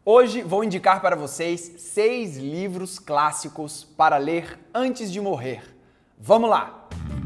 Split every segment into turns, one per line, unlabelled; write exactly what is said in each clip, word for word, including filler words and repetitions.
Hoje vou indicar para vocês seis livros clássicos para ler antes de morrer. Vamos lá!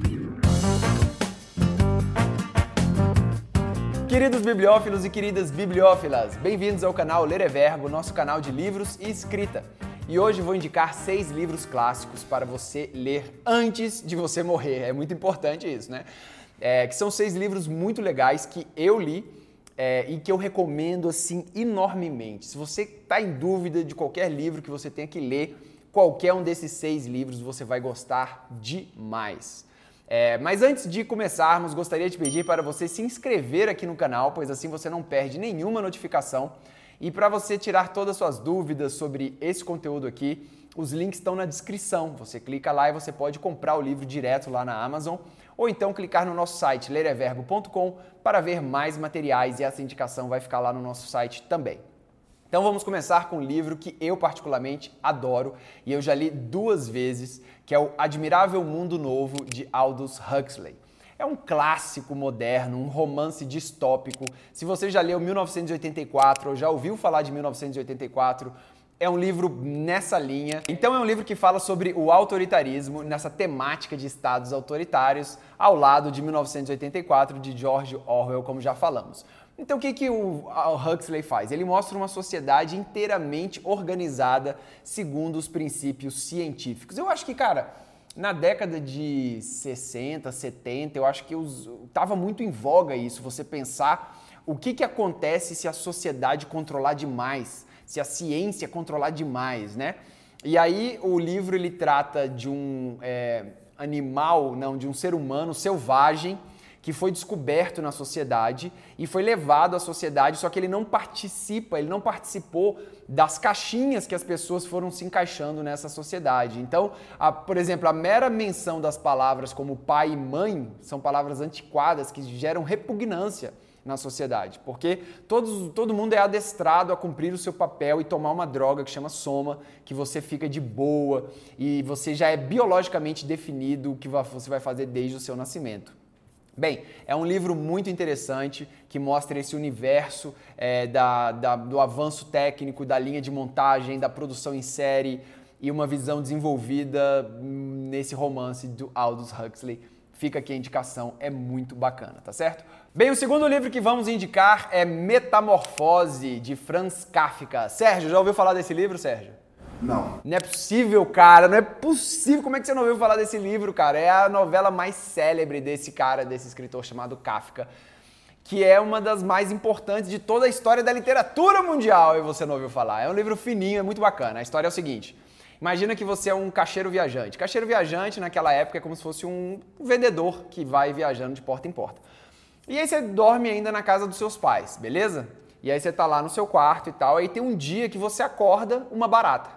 Queridos bibliófilos e queridas bibliófilas, bem-vindos ao canal Ler é Verbo, nosso canal de livros e escrita. E hoje vou indicar seis livros clássicos para você ler antes de você morrer. É muito importante isso, né? É, que são seis livros muito legais que eu li É, e que eu recomendo assim enormemente. Se você está em dúvida de qualquer livro que você tenha que ler, qualquer um desses seis livros você vai gostar demais. É, mas antes de começarmos, gostaria de pedir para você se inscrever aqui no canal, pois assim você não perde nenhuma notificação. E para você tirar todas as suas dúvidas sobre esse conteúdo aqui, os links estão na descrição. Você clica lá e você pode comprar o livro direto lá na Amazon, ou então clicar no nosso site ler é verbo ponto com para ver mais materiais e essa indicação vai ficar lá no nosso site também. Então vamos começar com um livro que eu particularmente adoro e eu já li duas vezes, que é o Admirável Mundo Novo de Aldous Huxley. É um clássico moderno, um romance distópico. Se você já leu mil novecentos e oitenta e quatro ou já ouviu falar de mil novecentos e oitenta e quatro, é um livro nessa linha. Então é um livro que fala sobre o autoritarismo, nessa temática de estados autoritários, ao lado de mil novecentos e oitenta e quatro, de George Orwell, como já falamos. Então o que, que o Huxley faz? Ele mostra uma sociedade inteiramente organizada segundo os princípios científicos. Eu acho que, cara, na década de sessenta, setenta, eu acho que estava muito em voga isso, você pensar o que, que acontece se a sociedade controlar demais, se a ciência controlar demais, né? E aí o livro ele trata de um é, animal, não, de um ser humano selvagem que foi descoberto na sociedade e foi levado à sociedade, só que ele não participa, ele não participou das caixinhas que as pessoas foram se encaixando nessa sociedade. Então, a, por exemplo, a mera menção das palavras como pai e mãe são palavras antiquadas que geram repugnância na sociedade, porque todos, todo mundo é adestrado a cumprir o seu papel e tomar uma droga que chama soma, que você fica de boa e você já é biologicamente definido o que você vai fazer desde o seu nascimento. Bem, é um livro muito interessante que mostra esse universo é, da, da, do avanço técnico, da linha de montagem, da produção em série e uma visão desenvolvida nesse romance do Aldous Huxley. Fica aqui a indicação, é muito bacana, tá certo? Bem, o segundo livro que vamos indicar é Metamorfose, de Franz Kafka. Sérgio, já ouviu falar desse livro, Sérgio?
Não.
Não é possível, cara, não é possível. Como é que você não ouviu falar desse livro, cara? É a novela mais célebre desse cara, desse escritor chamado Kafka, que é uma das mais importantes de toda a história da literatura mundial, e você não ouviu falar. É um livro fininho, é muito bacana. A história é o seguinte: imagina que você é um caixeiro viajante. Caixeiro viajante, naquela época, é como se fosse um vendedor que vai viajando de porta em porta. E aí você dorme ainda na casa dos seus pais, beleza? E aí você tá lá no seu quarto e tal, aí tem um dia que você acorda uma barata.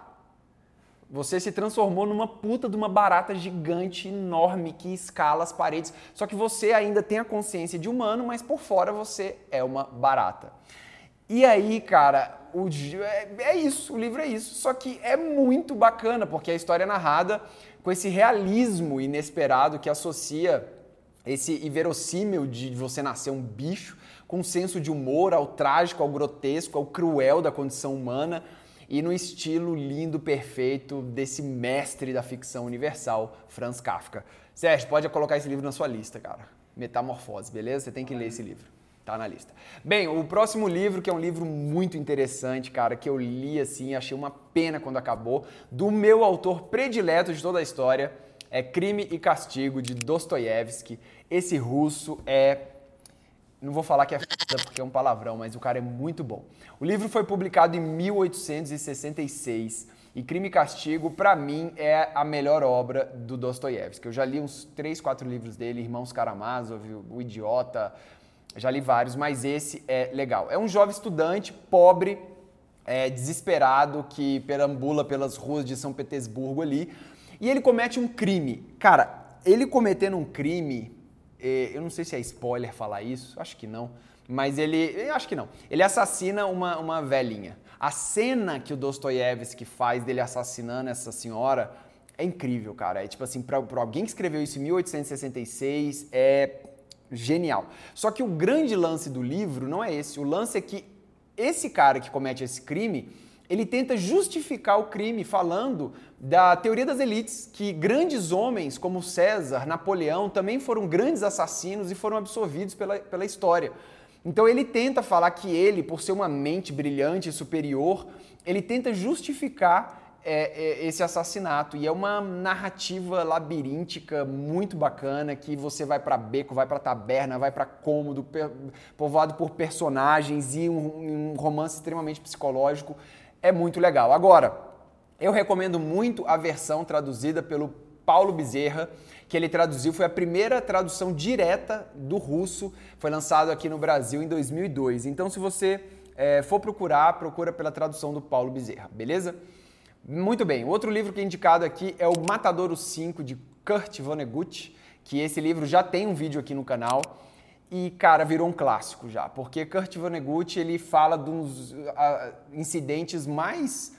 Você se transformou numa puta de uma barata gigante, enorme, que escala as paredes. Só que você ainda tem a consciência de humano, mas por fora você é uma barata. E aí, cara, o, é, é isso, o livro é isso. Só que é muito bacana, porque a história é narrada com esse realismo inesperado que associa esse inverossímil de você nascer um bicho, com um senso de humor ao trágico, ao grotesco, ao cruel da condição humana, e no estilo lindo, perfeito desse mestre da ficção universal, Franz Kafka. Sérgio, pode colocar esse livro na sua lista, cara. Metamorfose, beleza? Você tem que ler esse livro. Tá na lista. Bem, o próximo livro, que é um livro muito interessante, cara, que eu li assim, achei uma pena quando acabou, do meu autor predileto de toda a história, é Crime e Castigo, de Dostoiévski. Esse russo é... Não vou falar que é foda porque é um palavrão, mas o cara é muito bom. O livro foi publicado em mil oitocentos e sessenta e seis e Crime e Castigo, pra mim, é a melhor obra do Dostoiévski. Eu já li uns três, quatro livros dele, Irmãos Karamazov, O Idiota, já li vários, mas esse é legal. É um jovem estudante, pobre, é, desesperado, que perambula pelas ruas de São Petersburgo ali, e ele comete um crime. Cara, ele cometendo um crime... Eu não sei se é spoiler falar isso, acho que não, mas ele, eu acho que não, ele assassina uma, uma velhinha. A cena que o Dostoiévski faz dele assassinando essa senhora é incrível, cara. É tipo assim, para alguém que escreveu isso em mil oitocentos e sessenta e seis, é genial. Só que o grande lance do livro não é esse, o lance é que esse cara que comete esse crime, ele tenta justificar o crime falando da teoria das elites, que grandes homens como César, Napoleão, também foram grandes assassinos e foram absorvidos pela, pela história. Então ele tenta falar que ele, por ser uma mente brilhante e superior, ele tenta justificar é, é, esse assassinato. E é uma narrativa labiríntica muito bacana, que você vai para beco, vai para taberna, vai para cômodo, povoado por personagens e um, um romance extremamente psicológico. É muito legal. Agora, eu recomendo muito a versão traduzida pelo Paulo Bezerra, que ele traduziu, foi a primeira tradução direta do russo, foi lançado aqui no Brasil em dois mil e dois. Então, se você é, for procurar, procura pela tradução do Paulo Bezerra, beleza? Muito bem, outro livro que é indicado aqui é o Matadouro cinco, de Kurt Vonnegut, que esse livro já tem um vídeo aqui no canal. E, cara, virou um clássico já, porque Kurt Vonnegut, ele fala de uns uh, incidentes mais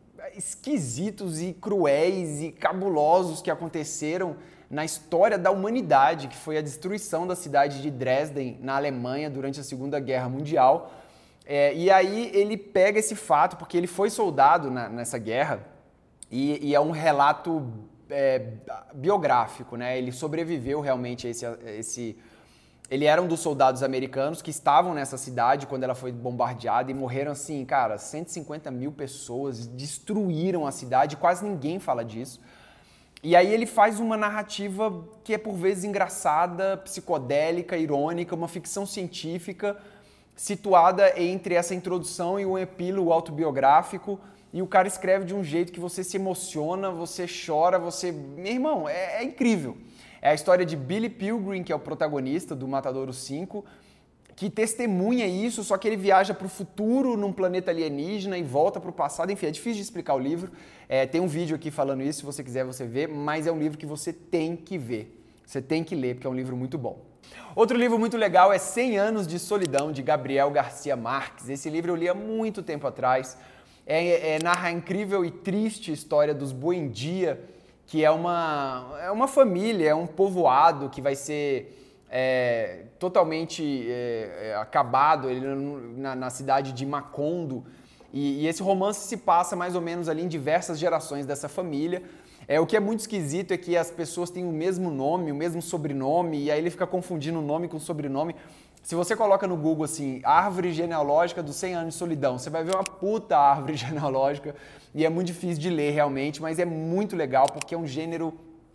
esquisitos e cruéis e cabulosos que aconteceram na história da humanidade, que foi a destruição da cidade de Dresden, na Alemanha, durante a Segunda Guerra Mundial. É, e aí ele pega esse fato, porque ele foi soldado na, nessa guerra, e, e é um relato é, biográfico, né? Ele sobreviveu realmente a esse... A esse Ele era um dos soldados americanos que estavam nessa cidade quando ela foi bombardeada e morreram assim, cara, cento e cinquenta mil pessoas, destruíram a cidade, quase ninguém fala disso. E aí ele faz uma narrativa que é por vezes engraçada, psicodélica, irônica, uma ficção científica situada entre essa introdução e um epílogo autobiográfico, e o cara escreve de um jeito que você se emociona, você chora, você... Meu irmão, é, é incrível. É a história de Billy Pilgrim, que é o protagonista do Matadouro cinco, que testemunha isso, só que ele viaja para o futuro num planeta alienígena e volta para o passado. Enfim, é difícil de explicar o livro. É, tem um vídeo aqui falando isso, se você quiser você vê, mas é um livro que você tem que ver. Você tem que ler, porque é um livro muito bom. Outro livro muito legal é cem anos de Solidão, de Gabriel Garcia Marques. Esse livro eu li há muito tempo atrás. É, é, narra a incrível e triste história dos Buendia, que é uma, é uma família, é um povoado que vai ser é, totalmente é, acabado ele, na, na cidade de Macondo. E, e esse romance se passa mais ou menos ali em diversas gerações dessa família. É, o que é muito esquisito é que as pessoas têm o mesmo nome, o mesmo sobrenome, e aí ele fica confundindo o nome com o sobrenome. Se você coloca no Google assim, árvore genealógica dos cem anos de solidão, você vai ver uma puta árvore genealógica e é muito difícil de ler realmente, mas é muito legal porque é um gênero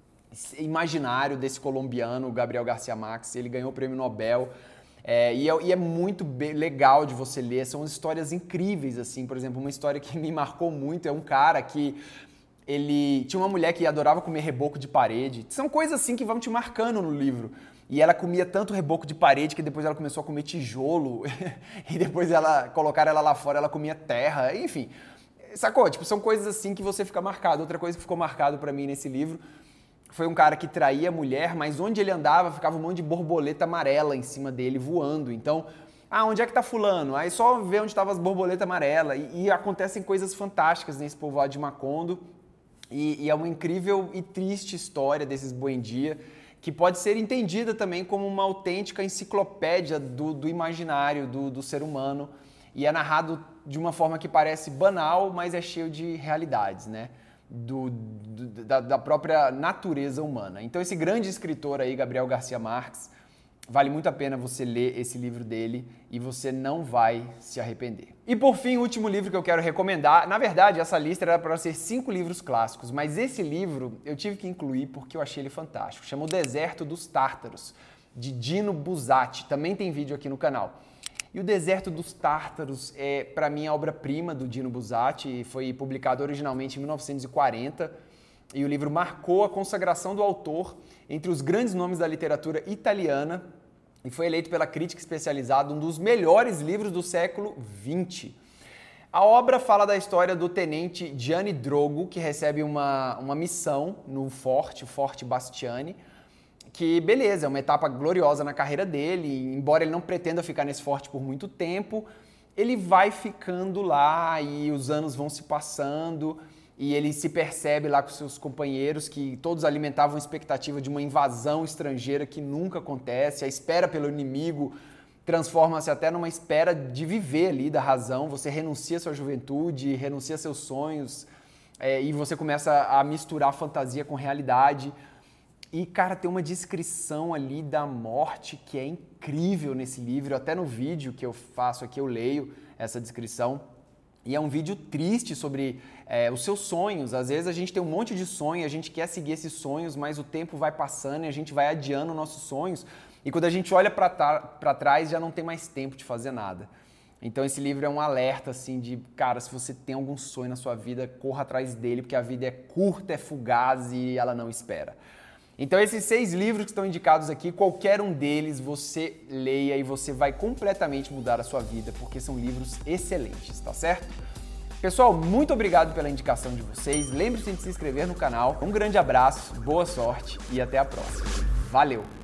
imaginário desse colombiano, o Gabriel Garcia Marques. Ele ganhou o prêmio Nobel é, e, é, e é muito legal de você ler, são histórias incríveis, assim. Por exemplo, uma história que me marcou muito é um cara que ele tinha uma mulher que adorava comer reboco de parede. São coisas assim que vão te marcando no livro. E ela comia tanto reboco de parede que depois ela começou a comer tijolo e depois ela colocaram ela lá fora, ela comia terra, enfim. Sacou? Tipo, são coisas assim que você fica marcado. Outra coisa que ficou marcado pra mim nesse livro foi um cara que traía a mulher, mas onde ele andava ficava um monte de borboleta amarela em cima dele voando. Então, ah, onde é que tá fulano? Aí só vê onde estavam as borboletas amarelas. E, e acontecem coisas fantásticas nesse povoado de Macondo. E, e é uma incrível e triste história desses Buendia, que pode ser entendida também como uma autêntica enciclopédia do, do imaginário do, do ser humano. E é narrado de uma forma que parece banal, mas é cheio de realidades, né? Do, do, da, da própria natureza humana. Então esse grande escritor aí, Gabriel Garcia Marques, vale muito a pena você ler esse livro dele e você não vai se arrepender. E por fim, o último livro que eu quero recomendar, na verdade essa lista era para ser cinco livros clássicos, mas esse livro eu tive que incluir porque eu achei ele fantástico. Chama O Deserto dos Tártaros, de Dino Buzzati, também tem vídeo aqui no canal. E O Deserto dos Tártaros é, para mim, a obra-prima do Dino Buzzati, foi publicado originalmente em mil novecentos e quarenta, e o livro marcou a consagração do autor entre os grandes nomes da literatura italiana e foi eleito pela crítica especializada um dos melhores livros do século vinte. A obra fala da história do tenente Gianni Drogo, que recebe uma, uma missão no forte, o Forte Bastiani, que, beleza, é uma etapa gloriosa na carreira dele, embora ele não pretenda ficar nesse forte por muito tempo, ele vai ficando lá e os anos vão se passando e ele se percebe lá com seus companheiros que todos alimentavam a expectativa de uma invasão estrangeira que nunca acontece, a espera pelo inimigo transforma-se até numa espera de viver ali da razão, você renuncia à sua juventude, renuncia a seus sonhos, é, e você começa a misturar fantasia com realidade. E, cara, tem uma descrição ali da morte que é incrível nesse livro, até no vídeo que eu faço aqui eu leio essa descrição. E é um vídeo triste sobre é, os seus sonhos. Às vezes a gente tem um monte de sonho, a gente quer seguir esses sonhos, mas o tempo vai passando e a gente vai adiando nossos sonhos. E quando a gente olha para trás, já não tem mais tempo de fazer nada. Então esse livro é um alerta, assim, de, cara, se você tem algum sonho na sua vida, corra atrás dele, porque a vida é curta, é fugaz e ela não espera. Então esses seis livros que estão indicados aqui, qualquer um deles você leia e você vai completamente mudar a sua vida, porque são livros excelentes, tá certo? Pessoal, muito obrigado pela indicação de vocês. Lembre-se de se inscrever no canal. Um grande abraço, boa sorte e até a próxima. Valeu!